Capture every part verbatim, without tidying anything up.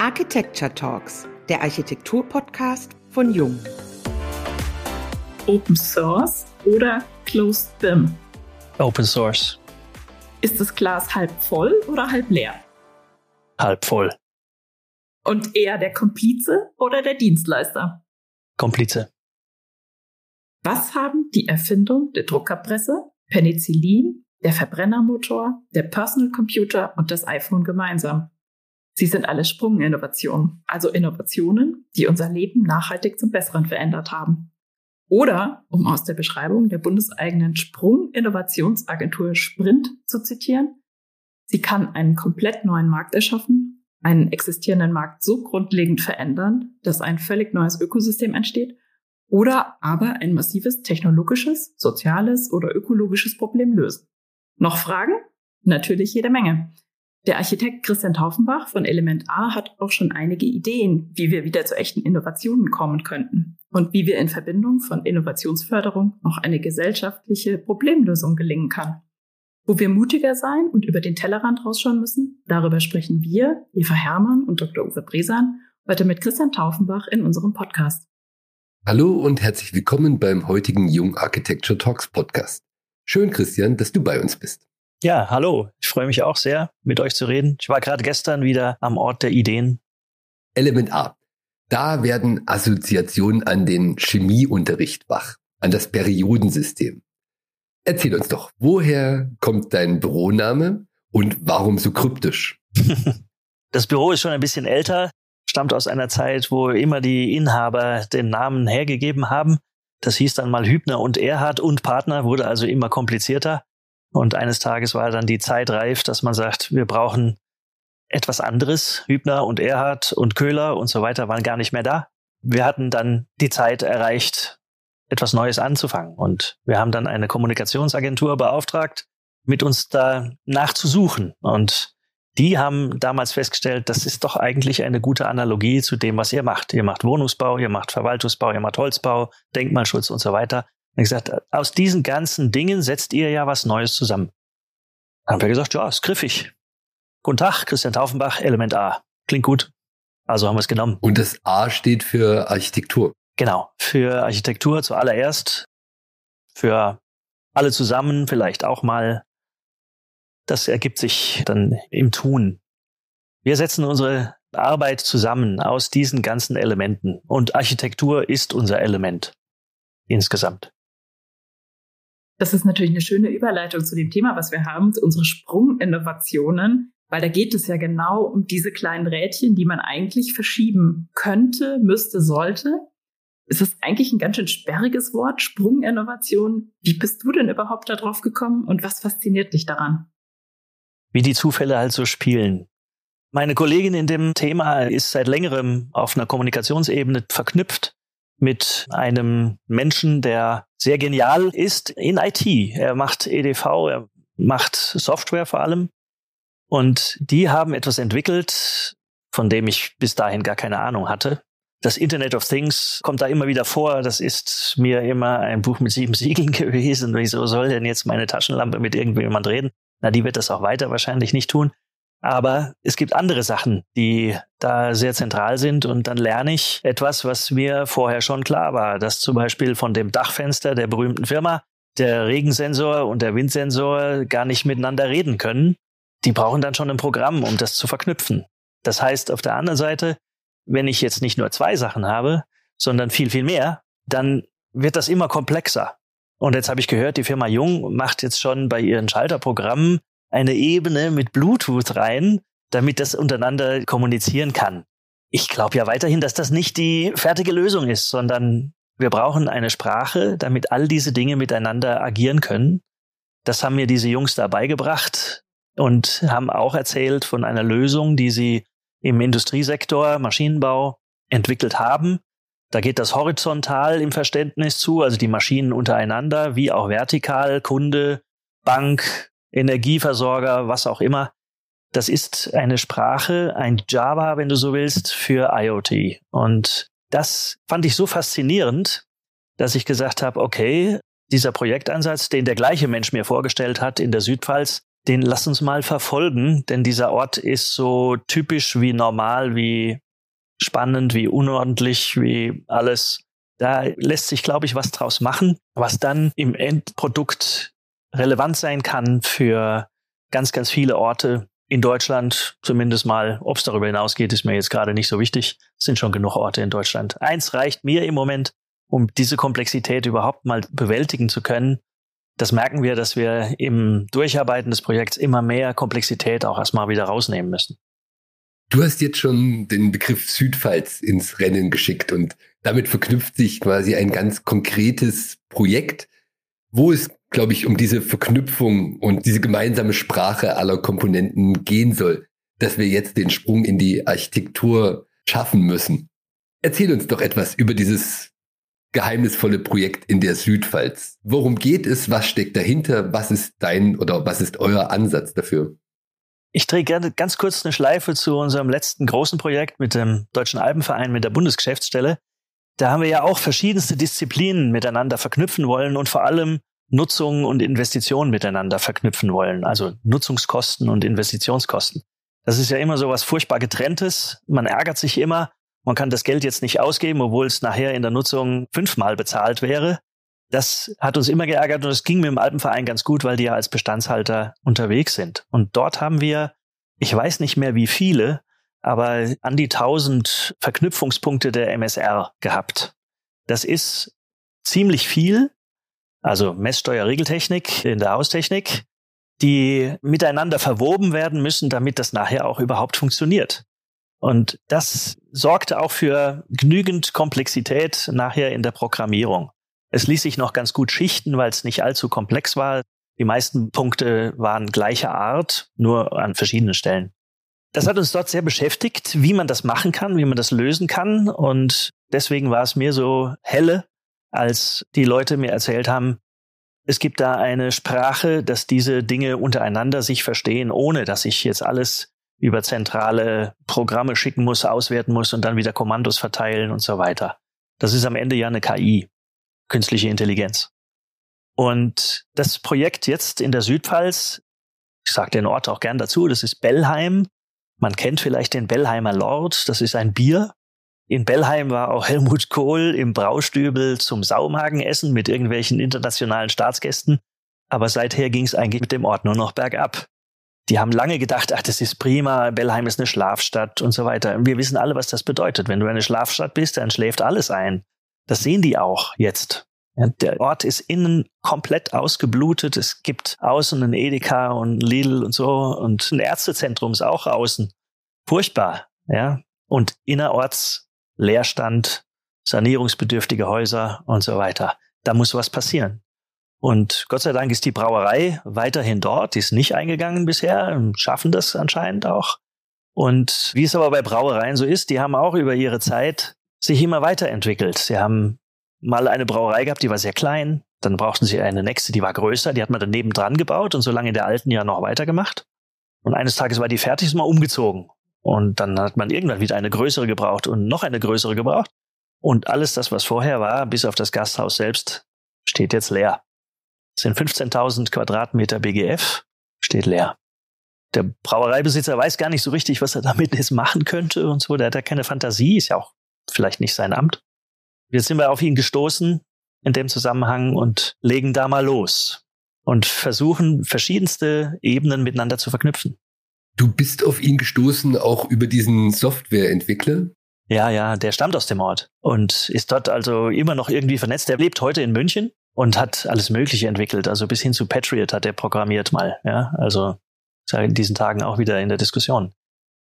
Architecture Talks, der Architektur-Podcast von Jung. Open Source oder Closed B I M? Open Source. Ist das Glas halb voll oder halb leer? Halb voll. Und eher der Komplize oder der Dienstleister? Komplize. Was haben die Erfindung der Druckerpresse, Penicillin, der Verbrennermotor, der Personal Computer und das iPhone gemeinsam? Sie sind alle Sprunginnovationen, also Innovationen, die unser Leben nachhaltig zum Besseren verändert haben. Oder, um aus der Beschreibung der bundeseigenen Sprung-Innovationsagentur Sprint zu zitieren, sie kann einen komplett neuen Markt erschaffen, einen existierenden Markt so grundlegend verändern, dass ein völlig neues Ökosystem entsteht, oder aber ein massives technologisches, soziales oder ökologisches Problem lösen. Noch Fragen? Natürlich jede Menge. Der Architekt Christian Taufenbach von Element A hat auch schon einige Ideen, wie wir wieder zu echten Innovationen kommen könnten und wie wir in Verbindung von Innovationsförderung auch eine gesellschaftliche Problemlösung gelingen kann. Wo wir mutiger sein und über den Tellerrand rausschauen müssen, darüber sprechen wir, Eva Herrmann und Doktor Uwe Bresan, heute mit Christian Taufenbach in unserem Podcast. Hallo und herzlich willkommen beim heutigen Jung Architecture Talks Podcast. Schön, Christian, dass du bei uns bist. Ja, hallo. Ich freue mich auch sehr, mit euch zu reden. Ich war gerade gestern wieder am Ort der Ideen. Element A. Da werden Assoziationen an den Chemieunterricht wach, an das Periodensystem. Erzähl uns doch, woher kommt dein Büroname und warum so kryptisch? Das Büro ist schon ein bisschen älter, stammt aus einer Zeit, wo immer die Inhaber den Namen hergegeben haben. Das hieß dann mal Hübner und Erhard und Partner, wurde also immer komplizierter. Und eines Tages war dann die Zeit reif, dass man sagt, wir brauchen etwas anderes. Hübner und Erhard und Köhler und so weiter waren gar nicht mehr da. Wir hatten dann die Zeit erreicht, etwas Neues anzufangen. Und wir haben dann eine Kommunikationsagentur beauftragt, mit uns da nachzusuchen. Und die haben damals festgestellt, das ist doch eigentlich eine gute Analogie zu dem, was ihr macht. Ihr macht Wohnungsbau, ihr macht Verwaltungsbau, ihr macht Holzbau, Denkmalschutz und so weiter. Und ich gesagt, aus diesen ganzen Dingen setzt ihr ja was Neues zusammen. Dann haben wir gesagt, ja, ist griffig. Guten Tag, Christian Taufenbach, Element A. Klingt gut. Also haben wir es genommen. Und das A steht für Architektur. Genau, für Architektur zuallererst. Für alle zusammen vielleicht auch mal. Das ergibt sich dann im Tun. Wir setzen unsere Arbeit zusammen aus diesen ganzen Elementen. Und Architektur ist unser Element insgesamt. Das ist natürlich eine schöne Überleitung zu dem Thema, was wir haben, zu unseren Sprunginnovationen, weil da geht es ja genau um diese kleinen Rädchen, die man eigentlich verschieben könnte, müsste, sollte. Es ist eigentlich ein ganz schön sperriges Wort, Sprunginnovation. Wie bist du denn überhaupt da drauf gekommen und was fasziniert dich daran? Wie die Zufälle halt so spielen. Meine Kollegin in dem Thema ist seit längerem auf einer Kommunikationsebene verknüpft mit einem Menschen, der sehr genial ist in I T. Er macht E D V, er macht Software vor allem. Und die haben etwas entwickelt, von dem ich bis dahin gar keine Ahnung hatte. Das Internet of Things kommt da immer wieder vor. Das ist mir immer ein Buch mit sieben Siegeln gewesen. Wieso soll denn jetzt meine Taschenlampe mit irgendjemand reden? Na, die wird das auch weiter wahrscheinlich nicht tun. Aber es gibt andere Sachen, die da sehr zentral sind. Und dann lerne ich etwas, was mir vorher schon klar war. Dass zum Beispiel von dem Dachfenster der berühmten Firma der Regensensor und der Windsensor gar nicht miteinander reden können. Die brauchen dann schon ein Programm, um das zu verknüpfen. Das heißt, auf der anderen Seite, wenn ich jetzt nicht nur zwei Sachen habe, sondern viel, viel mehr, dann wird das immer komplexer. Und jetzt habe ich gehört, die Firma Jung macht jetzt schon bei ihren Schalterprogrammen eine Ebene mit Bluetooth rein, damit das untereinander kommunizieren kann. Ich glaube ja weiterhin, dass das nicht die fertige Lösung ist, sondern wir brauchen eine Sprache, damit all diese Dinge miteinander agieren können. Das haben mir diese Jungs da beigebracht und haben auch erzählt von einer Lösung, die sie im Industriesektor, Maschinenbau entwickelt haben. Da geht das horizontal im Verständnis zu, also die Maschinen untereinander, wie auch vertikal, Kunde, Bank, Energieversorger, was auch immer. Das ist eine Sprache, ein Java, wenn du so willst, für IoT. Und das fand ich so faszinierend, dass ich gesagt habe, okay, dieser Projektansatz, den der gleiche Mensch mir vorgestellt hat in der Südpfalz, den lass uns mal verfolgen, denn dieser Ort ist so typisch wie normal, wie spannend, wie unordentlich, wie alles. Da lässt sich, glaube ich, was draus machen, was dann im Endprodukt relevant sein kann für ganz, ganz viele Orte in Deutschland, zumindest mal. Ob es darüber hinausgeht, ist mir jetzt gerade nicht so wichtig. Es sind schon genug Orte in Deutschland. Eins reicht mir im Moment, um diese Komplexität überhaupt mal bewältigen zu können. Das merken wir, dass wir im Durcharbeiten des Projekts immer mehr Komplexität auch erstmal wieder rausnehmen müssen. Du hast jetzt schon den Begriff Südpfalz ins Rennen geschickt und damit verknüpft sich quasi ein ganz konkretes Projekt, wo es, glaube ich, um diese Verknüpfung und diese gemeinsame Sprache aller Komponenten gehen soll, dass wir jetzt den Sprung in die Architektur schaffen müssen. Erzähl uns doch etwas über dieses geheimnisvolle Projekt in der Südpfalz. Worum geht es? Was steckt dahinter? Was ist dein oder was ist euer Ansatz dafür? Ich drehe gerne ganz kurz eine Schleife zu unserem letzten großen Projekt mit dem Deutschen Alpenverein, mit der Bundesgeschäftsstelle. Da haben wir ja auch verschiedenste Disziplinen miteinander verknüpfen wollen und vor allem Nutzung und Investitionen miteinander verknüpfen wollen. Also Nutzungskosten und Investitionskosten. Das ist ja immer so was furchtbar Getrenntes. Man ärgert sich immer. Man kann das Geld jetzt nicht ausgeben, obwohl es nachher in der Nutzung fünfmal bezahlt wäre. Das hat uns immer geärgert und es ging mit dem Alpenverein ganz gut, weil die ja als Bestandshalter unterwegs sind. Und dort haben wir, ich weiß nicht mehr wie viele, aber an die tausend Verknüpfungspunkte der M S R gehabt. Das ist ziemlich viel, also Messsteuer-Regeltechnik in der Haustechnik, die miteinander verwoben werden müssen, damit das nachher auch überhaupt funktioniert. Und das sorgte auch für genügend Komplexität nachher in der Programmierung. Es ließ sich noch ganz gut schichten, weil es nicht allzu komplex war. Die meisten Punkte waren gleicher Art, nur an verschiedenen Stellen. Das hat uns dort sehr beschäftigt, wie man das machen kann, wie man das lösen kann. Und deswegen war es mir so helle, als die Leute mir erzählt haben, es gibt da eine Sprache, dass diese Dinge untereinander sich verstehen, ohne dass ich jetzt alles über zentrale Programme schicken muss, auswerten muss und dann wieder Kommandos verteilen und so weiter. Das ist am Ende ja eine K I, künstliche Intelligenz. Und das Projekt jetzt in der Südpfalz, ich sage den Ort auch gern dazu, das ist Bellheim. Man kennt vielleicht den Bellheimer Lord, das ist ein Bier. In Bellheim war auch Helmut Kohl im Braustübel zum Saumagenessen mit irgendwelchen internationalen Staatsgästen. Aber seither ging es eigentlich mit dem Ort nur noch bergab. Die haben lange gedacht, ach, das ist prima, Bellheim ist eine Schlafstadt und so weiter. Und wir wissen alle, was das bedeutet. Wenn du eine Schlafstadt bist, dann schläft alles ein. Das sehen die auch jetzt. Ja, der Ort ist innen komplett ausgeblutet. Es gibt außen ein Edeka und ein Lidl und so. Und ein Ärztezentrum ist auch außen. Furchtbar, ja. Und innerorts Leerstand, sanierungsbedürftige Häuser und so weiter. Da muss was passieren. Und Gott sei Dank ist die Brauerei weiterhin dort. Die ist nicht eingegangen bisher, schaffen das anscheinend auch. Und wie es aber bei Brauereien so ist, die haben auch über ihre Zeit sich immer weiterentwickelt. Sie haben mal eine Brauerei gehabt, die war sehr klein. Dann brauchten sie eine nächste, die war größer. Die hat man dann nebendran gebaut und so lange in der alten ja noch weitergemacht. Und eines Tages war die fertig, ist mal umgezogen. Und dann hat man irgendwann wieder eine größere gebraucht und noch eine größere gebraucht. Und alles das, was vorher war, bis auf das Gasthaus selbst, steht jetzt leer. Das sind fünfzehntausend Quadratmeter B G F, steht leer. Der Brauereibesitzer weiß gar nicht so richtig, was er damit jetzt machen könnte und so. Der hat ja keine Fantasie, ist ja auch vielleicht nicht sein Amt. Jetzt sind wir auf ihn gestoßen in dem Zusammenhang und legen da mal los und versuchen, verschiedenste Ebenen miteinander zu verknüpfen. Du bist auf ihn gestoßen, auch über diesen Softwareentwickler? Ja, ja, der stammt aus dem Ort und ist dort also immer noch irgendwie vernetzt. Der lebt heute in München und hat alles Mögliche entwickelt. Also bis hin zu Patriot hat er programmiert mal. Ja, also ist ja in diesen Tagen auch wieder in der Diskussion.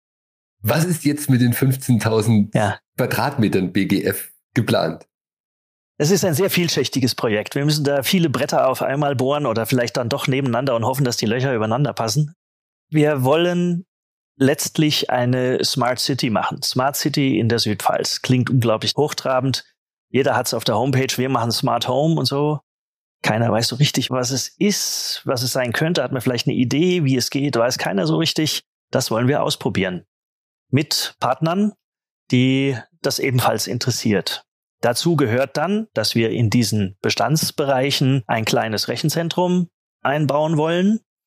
Was ist jetzt mit den fünfzehntausend ja. Quadratmetern B G F geplant? Es ist ein sehr vielschichtiges Projekt. Wir müssen da viele Bretter auf einmal bohren oder vielleicht dann doch nebeneinander und hoffen, dass die Löcher übereinander passen. Wir wollen letztlich eine Smart City machen. Smart City in der Südpfalz. Klingt unglaublich hochtrabend. Jeder hat es auf der Homepage. Wir machen Smart Home und so. Keiner weiß so richtig, was es ist, was es sein könnte. Hat man vielleicht eine Idee, wie es geht, weiß keiner so richtig. Das wollen wir ausprobieren. Mit Partnern, die das ebenfalls interessiert. Dazu gehört dann, dass wir in diesen Bestandsbereichen ein kleines Rechenzentrum einbauen wollen.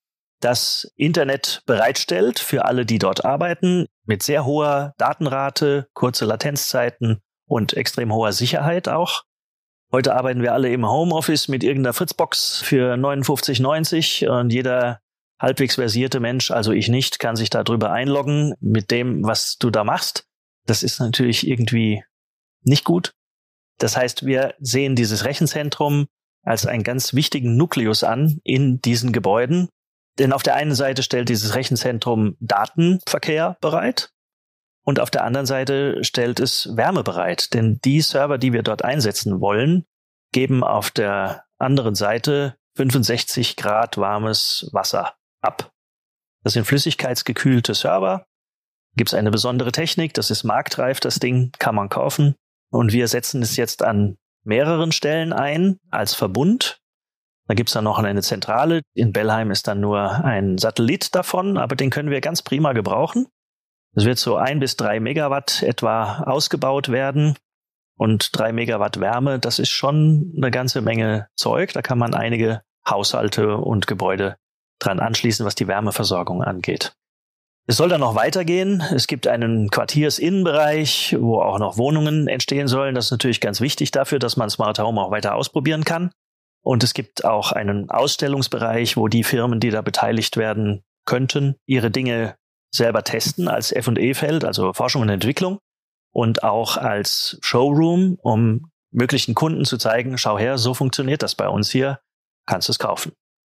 das Internet bereitstellt für alle, die dort arbeiten, mit sehr hoher Datenrate, kurze Latenzzeiten und extrem hoher Sicherheit auch. Heute arbeiten wir alle im Homeoffice mit irgendeiner Fritzbox für neunundfünfzig neunzig und jeder halbwegs versierte Mensch, also ich nicht, kann sich darüber einloggen mit dem, was du da machst. Das ist natürlich irgendwie nicht gut. Das heißt, wir sehen dieses Rechenzentrum als einen ganz wichtigen Nukleus an in diesen Gebäuden. Denn auf der einen Seite stellt dieses Rechenzentrum Datenverkehr bereit und auf der anderen Seite stellt es Wärme bereit. Denn die Server, die wir dort einsetzen wollen, geben auf der anderen Seite fünfundsechzig Grad warmes Wasser ab. Das sind flüssigkeitsgekühlte Server. Gibt es eine besondere Technik, das ist marktreif, das Ding kann man kaufen. Und wir setzen es jetzt an mehreren Stellen ein als Verbund. Da gibt es dann noch eine Zentrale. In Bellheim ist dann nur ein Satellit davon, aber den können wir ganz prima gebrauchen. Es wird so ein bis drei Megawatt etwa ausgebaut werden. Und drei Megawatt Wärme, das ist schon eine ganze Menge Zeug. Da kann man einige Haushalte und Gebäude dran anschließen, was die Wärmeversorgung angeht. Es soll dann noch weitergehen. Es gibt einen Quartiersinnenbereich, wo auch noch Wohnungen entstehen sollen. Das ist natürlich ganz wichtig dafür, dass man Smart Home auch weiter ausprobieren kann. Und es gibt auch einen Ausstellungsbereich, wo die Firmen, die da beteiligt werden könnten, ihre Dinge selber testen als F und E-Feld, also Forschung und Entwicklung, und auch als Showroom, um möglichen Kunden zu zeigen, schau her, so funktioniert das bei uns hier, kannst du es kaufen.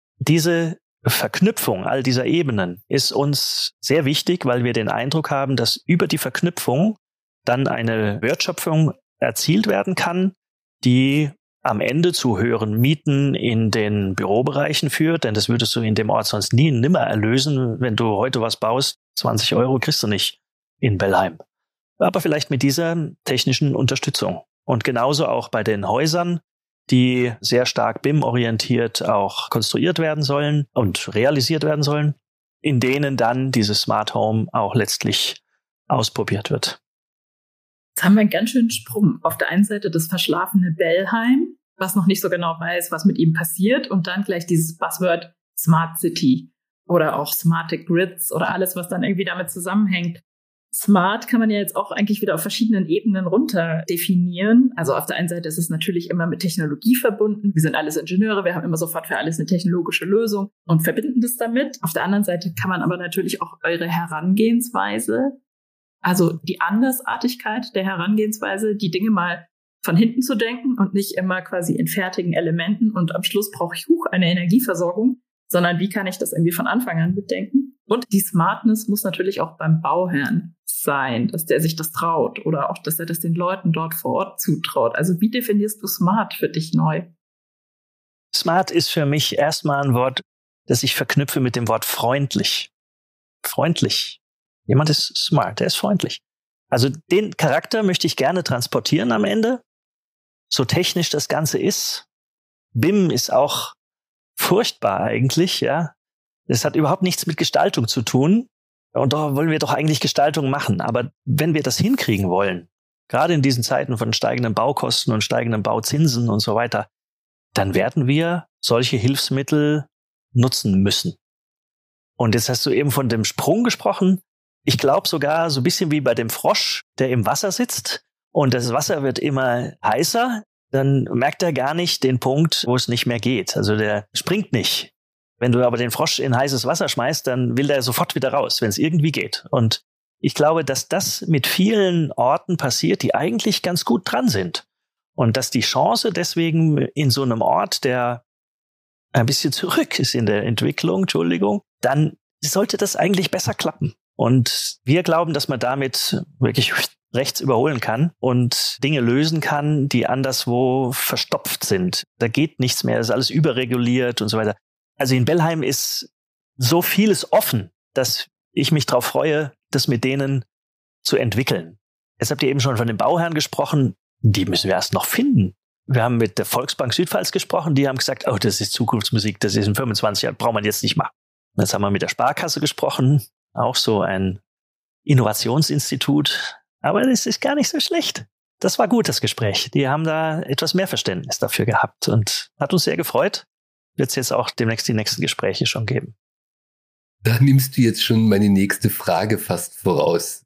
Diese Verknüpfung all dieser Ebenen ist uns sehr wichtig, weil wir den Eindruck haben, dass über die Verknüpfung dann eine Wertschöpfung erzielt werden kann, die am Ende zu höheren Mieten in den Bürobereichen führt, denn das würdest du in dem Ort sonst nie und nimmer erlösen. Wenn du heute was baust, zwanzig Euro kriegst du nicht in Bellheim. Aber vielleicht mit dieser technischen Unterstützung. Und genauso auch bei den Häusern, die sehr stark B I M-orientiert auch konstruiert werden sollen und realisiert werden sollen, in denen dann dieses Smart Home auch letztlich ausprobiert wird. Jetzt haben wir einen ganz schönen Sprung. Auf der einen Seite das verschlafene Bellheim, was noch nicht so genau weiß, was mit ihm passiert, und dann gleich dieses Buzzword Smart City oder auch Smart Grids oder alles, was dann irgendwie damit zusammenhängt. Smart kann man ja jetzt auch eigentlich wieder auf verschiedenen Ebenen runter definieren. Also auf der einen Seite ist es natürlich immer mit Technologie verbunden. Wir sind alles Ingenieure, wir haben immer sofort für alles eine technologische Lösung und verbinden das damit. Auf der anderen Seite kann man aber natürlich auch eure Herangehensweise, also die Andersartigkeit der Herangehensweise, die Dinge mal von hinten zu denken und nicht immer quasi in fertigen Elementen und am Schluss brauche ich huch, eine Energieversorgung, sondern wie kann ich das irgendwie von Anfang an mitdenken? Und die Smartness muss natürlich auch beim Bauherrn sein, dass der sich das traut oder auch, dass er das den Leuten dort vor Ort zutraut. Also wie definierst du Smart für dich neu? Smart ist für mich erstmal ein Wort, das ich verknüpfe mit dem Wort freundlich. Freundlich. Jemand ist smart, der ist freundlich. Also den Charakter möchte ich gerne transportieren am Ende, so technisch das Ganze ist. B I M ist auch furchtbar eigentlich, ja. Es hat überhaupt nichts mit Gestaltung zu tun. Und da wollen wir doch eigentlich Gestaltung machen. Aber wenn wir das hinkriegen wollen, gerade in diesen Zeiten von steigenden Baukosten und steigenden Bauzinsen und so weiter, dann werden wir solche Hilfsmittel nutzen müssen. Und jetzt hast du eben von dem Sprung gesprochen. Ich glaube sogar so ein bisschen wie bei dem Frosch, der im Wasser sitzt und das Wasser wird immer heißer, dann merkt er gar nicht den Punkt, wo es nicht mehr geht. Also der springt nicht. Wenn du aber den Frosch in heißes Wasser schmeißt, dann will der sofort wieder raus, wenn es irgendwie geht. Und ich glaube, dass das mit vielen Orten passiert, die eigentlich ganz gut dran sind. Und dass die Chance deswegen in so einem Ort, der ein bisschen zurück ist in der Entwicklung, Entschuldigung, dann sollte das eigentlich besser klappen. Und wir glauben, dass man damit wirklich rechts überholen kann und Dinge lösen kann, die anderswo verstopft sind. Da geht nichts mehr, ist alles überreguliert und so weiter. Also in Bellheim ist so vieles offen, dass ich mich darauf freue, das mit denen zu entwickeln. Jetzt habt ihr eben schon von den Bauherren gesprochen, die müssen wir erst noch finden. Wir haben mit der Volksbank Südpfalz gesprochen, die haben gesagt, oh, das ist Zukunftsmusik, das ist in fünfundzwanzig Jahren, braucht man jetzt nicht machen. Jetzt haben wir mit der Sparkasse gesprochen, auch so ein Innovationsinstitut, aber das ist gar nicht so schlecht. Das war gut, das Gespräch. Die haben da etwas mehr Verständnis dafür gehabt und hat uns sehr gefreut. Wird es jetzt auch demnächst die nächsten Gespräche schon geben. Da nimmst du jetzt schon meine nächste Frage fast voraus.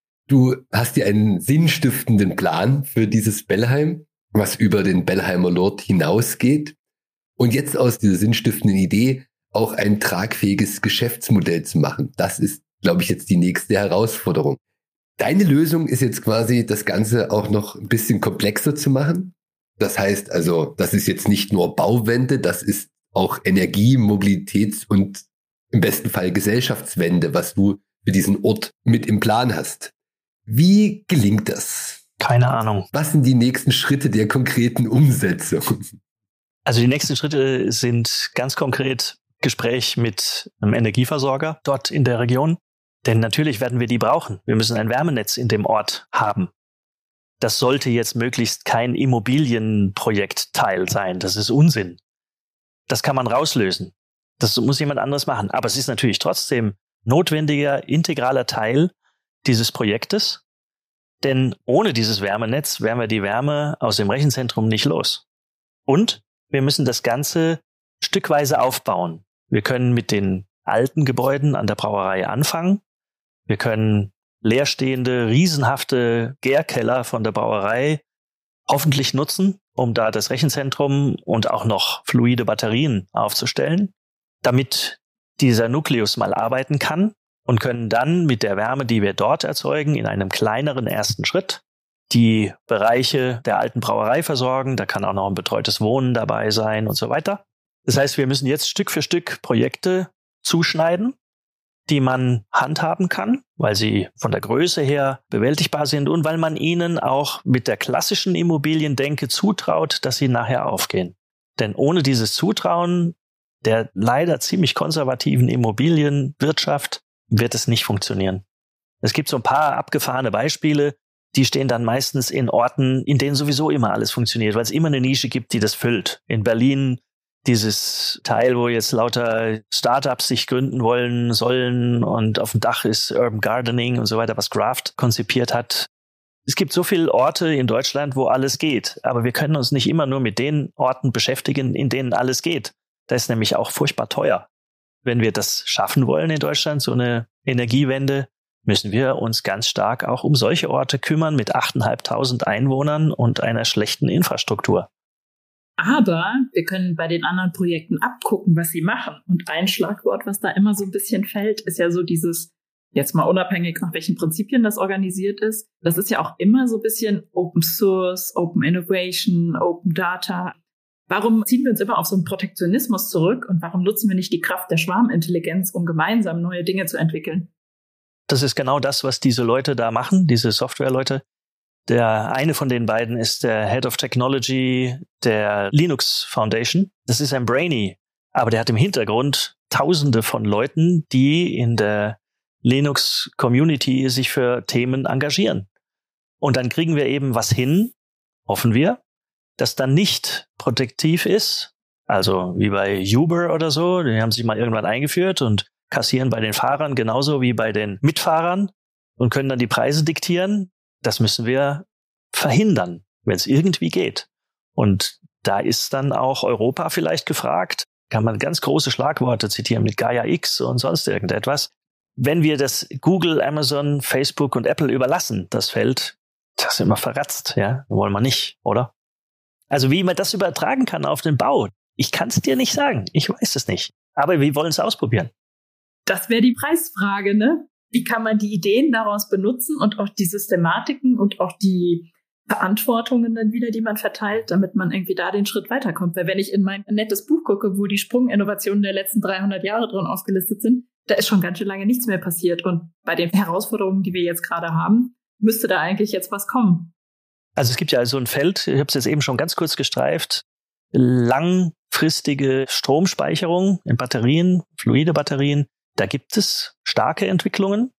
Du hast dir einen sinnstiftenden Plan für dieses Bellheim, was über den Bellheimer Lord hinausgeht. Und jetzt aus dieser sinnstiftenden Idee auch ein tragfähiges Geschäftsmodell zu machen. Das ist, glaube ich, jetzt die nächste Herausforderung. Deine Lösung ist jetzt quasi, das Ganze auch noch ein bisschen komplexer zu machen. Das heißt also, das ist jetzt nicht nur Bauwende, das ist auch Energie-, Mobilitäts- und im besten Fall Gesellschaftswende, was du für diesen Ort mit im Plan hast. Wie gelingt das? Keine Ahnung. Was sind die nächsten Schritte der konkreten Umsetzung? Also die nächsten Schritte sind ganz konkret Gespräch mit einem Energieversorger dort in der Region. Denn natürlich werden wir die brauchen. Wir müssen ein Wärmenetz in dem Ort haben. Das sollte jetzt möglichst kein Immobilienprojektteil sein. Das ist Unsinn. Das kann man rauslösen. Das muss jemand anderes machen. Aber es ist natürlich trotzdem notwendiger, integraler Teil dieses Projektes. Denn ohne dieses Wärmenetz wären wir die Wärme aus dem Rechenzentrum nicht los. Und wir müssen das Ganze stückweise aufbauen. Wir können mit den alten Gebäuden an der Brauerei anfangen. Wir können leerstehende, riesenhafte Gärkeller von der Brauerei hoffentlich nutzen, um da das Rechenzentrum und auch noch fluide Batterien aufzustellen, damit dieser Nukleus mal arbeiten kann, und können dann mit der Wärme, die wir dort erzeugen, in einem kleineren ersten Schritt die Bereiche der alten Brauerei versorgen. Da kann auch noch ein betreutes Wohnen dabei sein und so weiter. Das heißt, wir müssen jetzt Stück für Stück Projekte zuschneiden, die man handhaben kann, weil sie von der Größe her bewältigbar sind und weil man ihnen auch mit der klassischen Immobiliendenke zutraut, dass sie nachher aufgehen. Denn ohne dieses Zutrauen der leider ziemlich konservativen Immobilienwirtschaft wird es nicht funktionieren. Es gibt so ein paar abgefahrene Beispiele, die stehen dann meistens in Orten, in denen sowieso immer alles funktioniert, weil es immer eine Nische gibt, die das füllt. In Berlin dieses Teil, wo jetzt lauter Startups sich gründen wollen, sollen, und auf dem Dach ist Urban Gardening und so weiter, was Graft konzipiert hat. Es gibt so viele Orte in Deutschland, wo alles geht. Aber wir können uns nicht immer nur mit den Orten beschäftigen, in denen alles geht. Das ist nämlich auch furchtbar teuer. Wenn wir das schaffen wollen in Deutschland, so eine Energiewende, müssen wir uns ganz stark auch um solche Orte kümmern mit achttausendfünfhundert Einwohnern und einer schlechten Infrastruktur. Aber wir können bei den anderen Projekten abgucken, was sie machen. Und ein Schlagwort, was da immer so ein bisschen fällt, ist ja so dieses, jetzt mal unabhängig nach welchen Prinzipien das organisiert ist, das ist ja auch immer so ein bisschen Open Source, Open Innovation, Open Data. Warum ziehen wir uns immer auf so einen Protektionismus zurück und warum nutzen wir nicht die Kraft der Schwarmintelligenz, um gemeinsam neue Dinge zu entwickeln? Das ist genau das, was diese Leute da machen, diese Softwareleute. Der eine von den beiden ist der Head of Technology der Linux Foundation. Das ist ein Brainy, aber der hat im Hintergrund Tausende von Leuten, die in der Linux-Community sich für Themen engagieren. Und dann kriegen wir eben was hin, hoffen wir, das dann nicht protektiv ist, also wie bei Uber oder so, die haben sich mal irgendwann eingeführt und kassieren bei den Fahrern genauso wie bei den Mitfahrern und können dann die Preise diktieren. Das müssen wir verhindern, wenn es irgendwie geht. Und da ist dann auch Europa vielleicht gefragt, kann man ganz große Schlagworte zitieren mit Gaia X und sonst irgendetwas. Wenn wir das Google, Amazon, Facebook und Apple überlassen, das Feld, das ist immer verratzt, ja, wollen wir nicht, oder? Also wie man das übertragen kann auf den Bau, ich kann es dir nicht sagen, ich weiß es nicht. Aber wir wollen es ausprobieren. Das wäre die Preisfrage, ne? Wie kann man die Ideen daraus benutzen und auch die Systematiken und auch die Verantwortungen dann wieder, die man verteilt, damit man irgendwie da den Schritt weiterkommt. Weil wenn ich in mein nettes Buch gucke, wo die Sprunginnovationen der letzten dreihundert Jahre drin aufgelistet sind, da ist schon ganz schön lange nichts mehr passiert. Und bei den Herausforderungen, die wir jetzt gerade haben, müsste da eigentlich jetzt was kommen. Also es gibt ja also ein Feld, ich habe es jetzt eben schon ganz kurz gestreift, langfristige Stromspeicherung in Batterien, fluide Batterien. Da gibt es starke Entwicklungen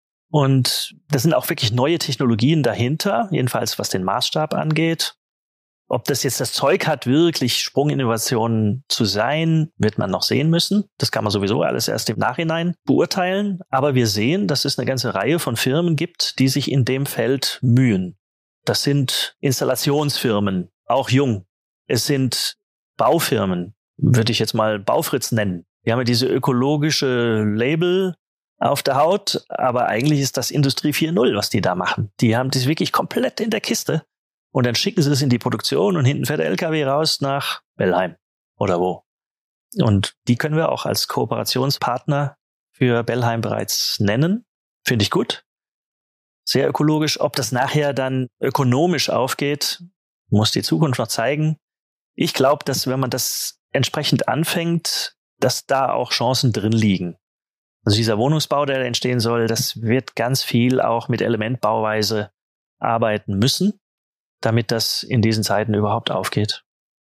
und das sind auch wirklich neue Technologien dahinter, jedenfalls was den Maßstab angeht. Ob das jetzt das Zeug hat, wirklich Sprunginnovationen zu sein, wird man noch sehen müssen. Das kann man sowieso alles erst im Nachhinein beurteilen. Aber wir sehen, dass es eine ganze Reihe von Firmen gibt, die sich in dem Feld mühen. Das sind Installationsfirmen, auch jung. Es sind Baufirmen, würde ich jetzt mal Baufritz nennen. Die haben ja diese ökologische Label auf der Haut, aber eigentlich ist das Industrie vier Punkt null, was die da machen. Die haben das wirklich komplett in der Kiste und dann schicken sie es in die Produktion und hinten fährt der L K W raus nach Bellheim oder wo. Und die können wir auch als Kooperationspartner für Bellheim bereits nennen. Finde ich gut. Sehr ökologisch. Ob das nachher dann ökonomisch aufgeht, muss die Zukunft noch zeigen. Ich glaube, dass wenn man das entsprechend anfängt, dass da auch Chancen drin liegen. Also dieser Wohnungsbau, der entstehen soll, das wird ganz viel auch mit Elementbauweise arbeiten müssen, damit das in diesen Zeiten überhaupt aufgeht.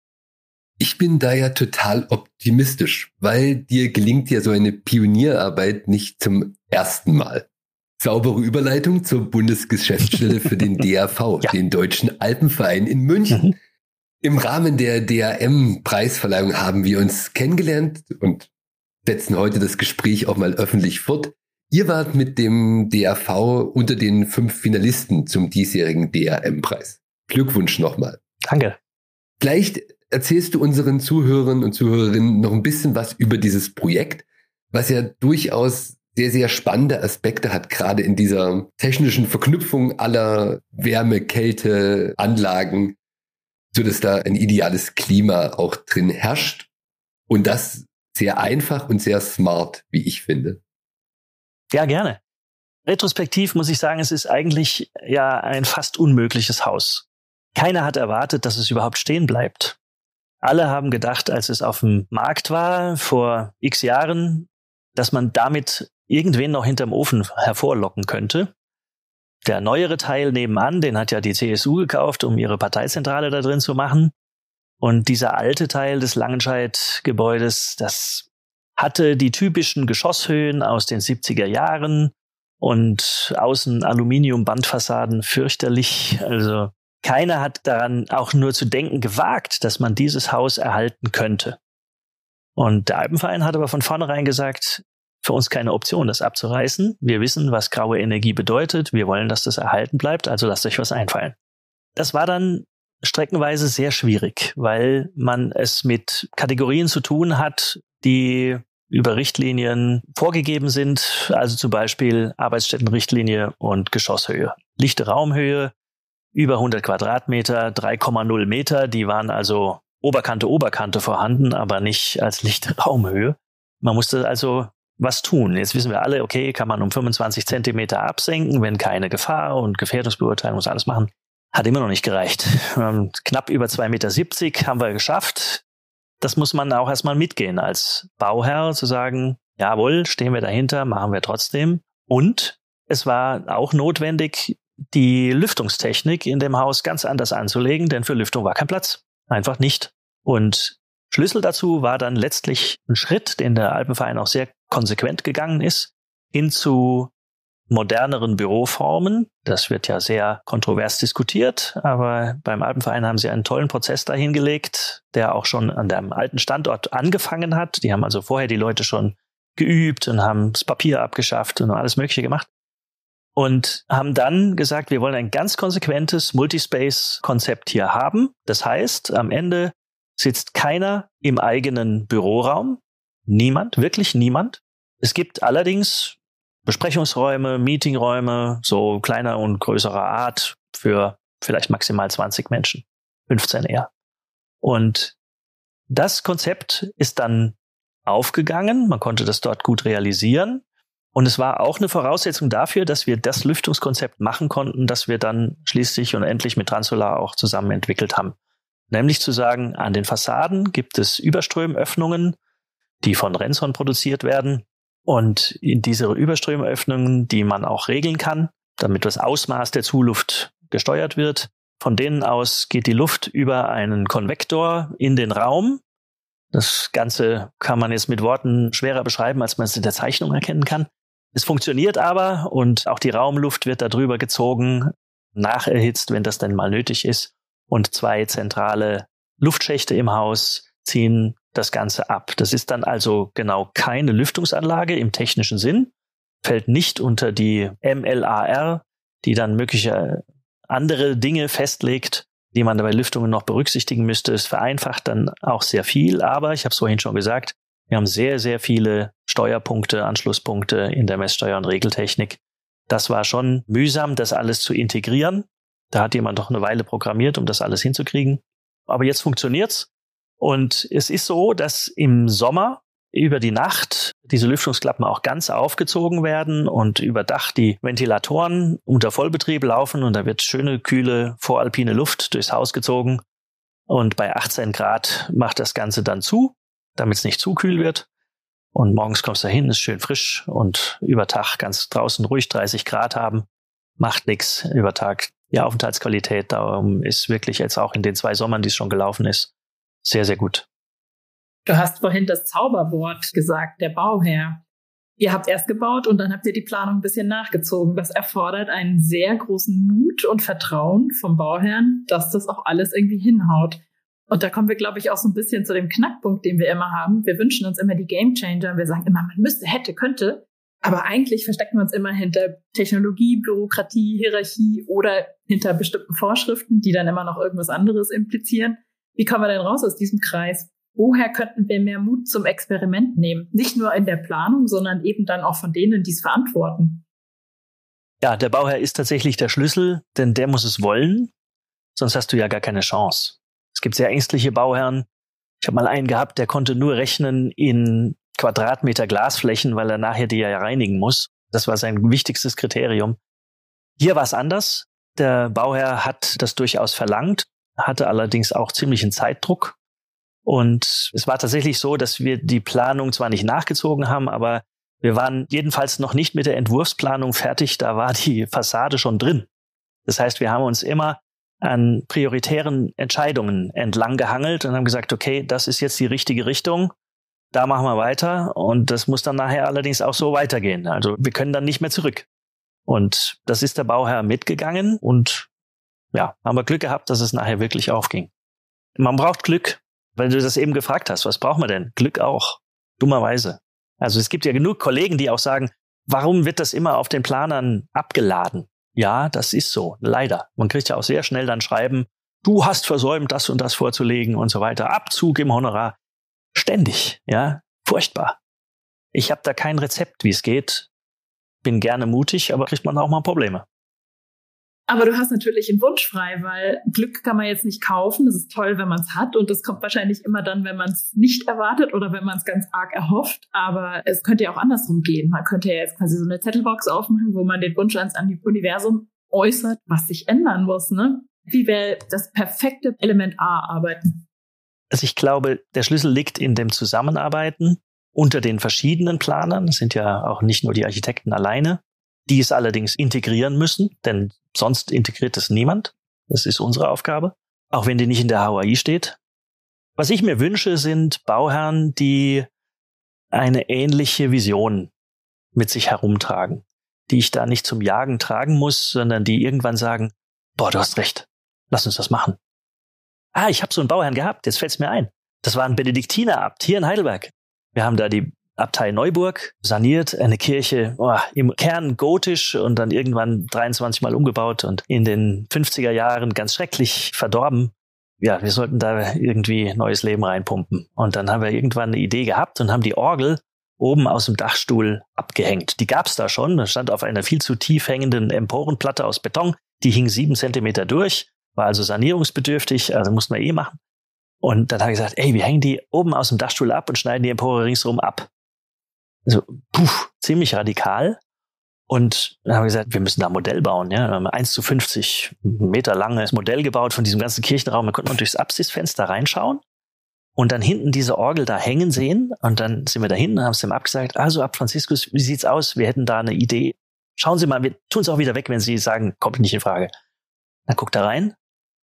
Ich bin da ja total optimistisch, weil dir gelingt ja so eine Pionierarbeit nicht zum ersten Mal. Saubere Überleitung zur Bundesgeschäftsstelle für den D A V, ja. Den Deutschen Alpenverein in München. Mhm. Im Rahmen der D A M-Preisverleihung haben wir uns kennengelernt und setzen heute das Gespräch auch mal öffentlich fort. Ihr wart mit dem D A V unter den fünf Finalisten zum diesjährigen D A M-Preis. Glückwunsch nochmal. Danke. Vielleicht erzählst du unseren Zuhörern und Zuhörerinnen noch ein bisschen was über dieses Projekt, was ja durchaus sehr, sehr spannende Aspekte hat, gerade in dieser technischen Verknüpfung aller Wärme-, Kälte-, Anlagen, sodass da ein ideales Klima auch drin herrscht. Und das sehr einfach und sehr smart, wie ich finde. Ja, gerne. Retrospektiv muss ich sagen, es ist eigentlich ja ein fast unmögliches Haus. Keiner hat erwartet, dass es überhaupt stehen bleibt. Alle haben gedacht, als es auf dem Markt war, vor x Jahren, dass man damit irgendwen noch hinterm Ofen hervorlocken könnte. Der neuere Teil nebenan, den hat ja die C S U gekauft, um ihre Parteizentrale da drin zu machen. Und dieser alte Teil des Langenscheidt-Gebäudes, das hatte die typischen Geschosshöhen aus den siebziger Jahren und außen Aluminium-Bandfassaden, fürchterlich. Also keiner hat daran auch nur zu denken gewagt, dass man dieses Haus erhalten könnte. Und der Alpenverein hat aber von vornherein gesagt, für uns keine Option, das abzureißen. Wir wissen, was graue Energie bedeutet. Wir wollen, dass das erhalten bleibt, also lasst euch was einfallen. Das war dann streckenweise sehr schwierig, weil man es mit Kategorien zu tun hat, die über Richtlinien vorgegeben sind, also zum Beispiel Arbeitsstättenrichtlinie und Geschosshöhe. Lichte Raumhöhe, über hundert Quadratmeter, drei Komma null Meter, die waren also Oberkante, Oberkante vorhanden, aber nicht als lichte Raumhöhe. Man musste also was tun. Jetzt wissen wir alle, okay, kann man um fünfundzwanzig Zentimeter absenken, wenn keine Gefahr und Gefährdungsbeurteilung muss alles machen. Hat immer noch nicht gereicht. Knapp über zwei Meter siebzig haben wir geschafft. Das muss man auch erstmal mitgehen als Bauherr, zu sagen, jawohl, stehen wir dahinter, machen wir trotzdem. Und es war auch notwendig, die Lüftungstechnik in dem Haus ganz anders anzulegen, denn für Lüftung war kein Platz. Einfach nicht. Und Schlüssel dazu war dann letztlich ein Schritt, den der Alpenverein auch sehr konsequent gegangen ist, hin zu moderneren Büroformen. Das wird ja sehr kontrovers diskutiert, aber beim Alpenverein haben sie einen tollen Prozess dahingelegt, der auch schon an dem alten Standort angefangen hat. Die haben also vorher die Leute schon geübt und haben das Papier abgeschafft und alles Mögliche gemacht und haben dann gesagt, wir wollen ein ganz konsequentes Multispace-Konzept hier haben. Das heißt, am Ende sitzt keiner im eigenen Büroraum. Niemand, wirklich niemand. Es gibt allerdings Besprechungsräume, Meetingräume, so kleiner und größerer Art für vielleicht maximal zwanzig Menschen, fünfzehn eher. Und das Konzept ist dann aufgegangen. Man konnte das dort gut realisieren. Und es war auch eine Voraussetzung dafür, dass wir das Lüftungskonzept machen konnten, das wir dann schließlich und endlich mit Transolar auch zusammen entwickelt haben. Nämlich zu sagen, an den Fassaden gibt es Überströmöffnungen, die von Renson produziert werden. Und in diese Überströmöffnungen, die man auch regeln kann, damit das Ausmaß der Zuluft gesteuert wird. Von denen aus geht die Luft über einen Konvektor in den Raum. Das Ganze kann man jetzt mit Worten schwerer beschreiben, als man es in der Zeichnung erkennen kann. Es funktioniert aber und auch die Raumluft wird darüber gezogen, nacherhitzt, wenn das denn mal nötig ist. Und zwei zentrale Luftschächte im Haus ziehen das Ganze ab. Das ist dann also genau keine Lüftungsanlage im technischen Sinn, fällt nicht unter die M L A R, die dann mögliche andere Dinge festlegt, die man bei Lüftungen noch berücksichtigen müsste. Es vereinfacht dann auch sehr viel, aber ich habe es vorhin schon gesagt, Wir haben sehr, sehr viele Steuerpunkte, Anschlusspunkte in der Messsteuer- und Regeltechnik. Das war schon mühsam, das alles zu integrieren. Da hat jemand doch eine Weile programmiert, um das alles hinzukriegen. Aber jetzt funktioniert's. Und es ist so, dass im Sommer über die Nacht diese Lüftungsklappen auch ganz aufgezogen werden und über Dach die Ventilatoren unter Vollbetrieb laufen und da wird schöne, kühle, voralpine Luft durchs Haus gezogen. Und bei achtzehn Grad macht das Ganze dann zu, damit es nicht zu kühl wird. Und morgens kommst du da hin, ist schön frisch und über Tag ganz draußen ruhig dreißig Grad haben. Macht nichts über Tag. Die Aufenthaltsqualität darum ist wirklich jetzt auch in den zwei Sommern, die es schon gelaufen ist, sehr, sehr gut. Du hast vorhin das Zauberwort gesagt, der Bauherr. Ihr habt erst gebaut und dann habt ihr die Planung ein bisschen nachgezogen. Das erfordert einen sehr großen Mut und Vertrauen vom Bauherrn, dass das auch alles irgendwie hinhaut. Und da kommen wir, glaube ich, auch so ein bisschen zu dem Knackpunkt, den wir immer haben. Wir wünschen uns immer die Gamechanger. Wir sagen immer, man müsste, hätte, könnte. Aber eigentlich verstecken wir uns immer hinter Technologie, Bürokratie, Hierarchie oder hinter bestimmten Vorschriften, die dann immer noch irgendwas anderes implizieren. Wie kommen wir denn raus aus diesem Kreis? Woher könnten wir mehr Mut zum Experiment nehmen? Nicht nur in der Planung, sondern eben dann auch von denen, die es verantworten. Ja, der Bauherr ist tatsächlich der Schlüssel, denn der muss es wollen, sonst hast du ja gar keine Chance. Es gibt sehr ängstliche Bauherren. Ich habe mal einen gehabt, der konnte nur rechnen in Quadratmeter Glasflächen, weil er nachher die ja reinigen muss. Das war sein wichtigstes Kriterium. Hier war es anders. Der Bauherr hat das durchaus verlangt, hatte allerdings auch ziemlichen Zeitdruck. Und es war tatsächlich so, dass wir die Planung zwar nicht nachgezogen haben, aber wir waren jedenfalls noch nicht mit der Entwurfsplanung fertig. Da war die Fassade schon drin. Das heißt, wir haben uns immer an prioritären Entscheidungen entlang gehangelt und haben gesagt, okay, das ist jetzt die richtige Richtung. Da machen wir weiter. Und das muss dann nachher allerdings auch so weitergehen. Also wir können dann nicht mehr zurück. Und das ist der Bauherr mitgegangen. Und ja, haben wir Glück gehabt, dass es nachher wirklich aufging. Man braucht Glück. Weil du das eben gefragt hast, was braucht man denn? Glück auch, dummerweise. Also es gibt ja genug Kollegen, die auch sagen, warum wird das immer auf den Planern abgeladen? Ja, das ist so, leider. Man kriegt ja auch sehr schnell dann Schreiben, du hast versäumt, das und das vorzulegen und so weiter. Abzug im Honorar. Ständig, ja, furchtbar. Ich habe da kein Rezept, wie es geht. Bin gerne mutig, aber kriegt man auch mal Probleme. Aber du hast natürlich einen Wunsch frei, weil Glück kann man jetzt nicht kaufen. Das ist toll, wenn man es hat. Und das kommt wahrscheinlich immer dann, wenn man es nicht erwartet oder wenn man es ganz arg erhofft. Aber es könnte ja auch andersrum gehen. Man könnte ja jetzt quasi so eine Zettelbox aufmachen, wo man den Wunsch ans Universum äußert, was sich ändern muss, ne? Wie wäre das perfekte Element A arbeiten? Also ich glaube, der Schlüssel liegt in dem Zusammenarbeiten unter den verschiedenen Planern. Das sind ja auch nicht nur die Architekten alleine, die es allerdings integrieren müssen, denn sonst integriert es niemand. Das ist unsere Aufgabe, auch wenn die nicht in der H O A I steht. Was ich mir wünsche, sind Bauherren, die eine ähnliche Vision mit sich herumtragen, die ich da nicht zum Jagen tragen muss, sondern die irgendwann sagen, boah, du hast recht, lass uns das machen. Ah, ich habe so einen Bauherrn gehabt, jetzt fällt's mir ein. Das war ein Benediktinerabt hier in Heidelberg. Wir haben da die Abtei Neuburg saniert, eine Kirche oh, im Kern gotisch und dann irgendwann dreiundzwanzig Mal umgebaut und in den fünfziger Jahren ganz schrecklich verdorben. Ja, wir sollten da irgendwie neues Leben reinpumpen. Und dann haben wir irgendwann eine Idee gehabt und haben die Orgel oben aus dem Dachstuhl abgehängt. Die gab's da schon, das stand auf einer viel zu tief hängenden Emporenplatte aus Beton. Die hing sieben Zentimeter durch, war also sanierungsbedürftig, also mussten wir eh machen. Und dann habe ich gesagt, ey, wir hängen die oben aus dem Dachstuhl ab und schneiden die Empore ringsherum ab. Also, puh, ziemlich radikal. Und dann haben wir gesagt, wir müssen da ein Modell bauen. Ja, wir haben ein eins zu fünfzig Meter langes Modell gebaut von diesem ganzen Kirchenraum. Da konnte man durchs Apsisfenster reinschauen und dann hinten diese Orgel da hängen sehen. Und dann sind wir da hinten und haben es dem abgesagt, also Abt Franziskus, wie sieht's aus? Wir hätten da eine Idee. Schauen Sie mal, wir tun es auch wieder weg, wenn Sie sagen, kommt nicht in Frage. Dann guckt er rein,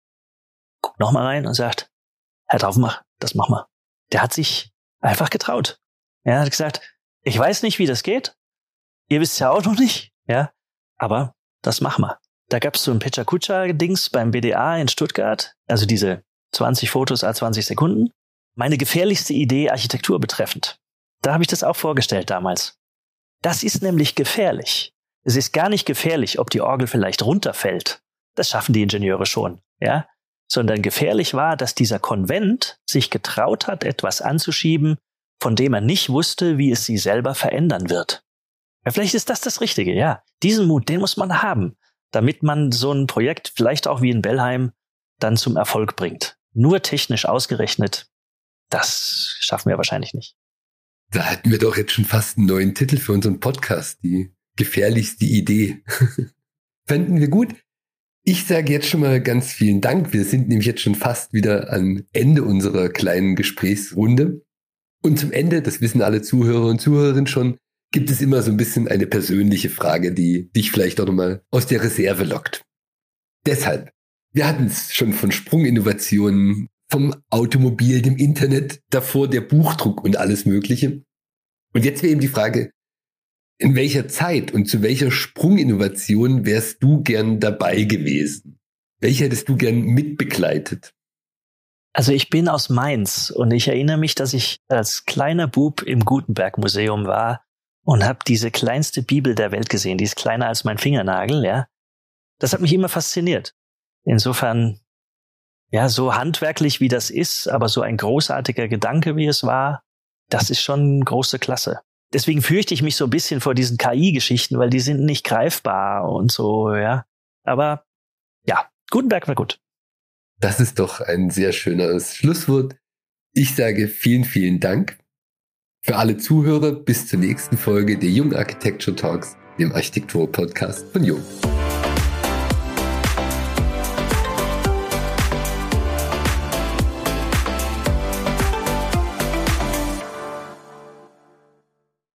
guckt nochmal rein und sagt, Herr Taufenbach, das machen wir. Der hat sich einfach getraut. Er hat gesagt, ich weiß nicht, wie das geht. Ihr wisst ja auch noch nicht. Ja, aber das machen wir. Da gab es so ein Pecha-Kucha-Dings beim B D A in Stuttgart. Also diese zwanzig Fotos à zwanzig Sekunden. Meine gefährlichste Idee Architektur betreffend. Da habe ich das auch vorgestellt damals. Das ist nämlich gefährlich. Es ist gar nicht gefährlich, ob die Orgel vielleicht runterfällt. Das schaffen die Ingenieure schon. Ja, sondern gefährlich war, dass dieser Konvent sich getraut hat, etwas anzuschieben, von dem er nicht wusste, wie es sie selber verändern wird. Ja, vielleicht ist das das Richtige, ja. Diesen Mut, den muss man haben, damit man so ein Projekt, vielleicht auch wie in Bellheim, dann zum Erfolg bringt. Nur technisch ausgerechnet, das schaffen wir wahrscheinlich nicht. Da hatten wir doch jetzt schon fast einen neuen Titel für unseren Podcast, die gefährlichste Idee. Fänden wir gut. Ich sage jetzt schon mal ganz vielen Dank. Wir sind nämlich jetzt schon fast wieder am Ende unserer kleinen Gesprächsrunde. Und zum Ende, das wissen alle Zuhörer und Zuhörerinnen schon, gibt es immer so ein bisschen eine persönliche Frage, die dich vielleicht auch nochmal aus der Reserve lockt. Deshalb, wir hatten es schon von Sprunginnovationen, vom Automobil, dem Internet, davor der Buchdruck und alles Mögliche. Und jetzt wäre eben die Frage, in welcher Zeit und zu welcher Sprunginnovation wärst du gern dabei gewesen? Welche hättest du gern mitbegleitet? Also ich bin aus Mainz und ich erinnere mich, dass ich als kleiner Bub im Gutenberg-Museum war und habe diese kleinste Bibel der Welt gesehen. Die ist kleiner als mein Fingernagel, ja. Das hat mich immer fasziniert. Insofern, ja, so handwerklich wie das ist, aber so ein großartiger Gedanke, wie es war, das ist schon große Klasse. Deswegen fürchte ich mich so ein bisschen vor diesen K I-Geschichten, weil die sind nicht greifbar und so, ja. Aber ja, Gutenberg war gut. Das ist doch ein sehr schönes Schlusswort. Ich sage vielen, vielen Dank. Für alle Zuhörer bis zur nächsten Folge der Jung Architecture Talks, dem Architektur-Podcast von Jung.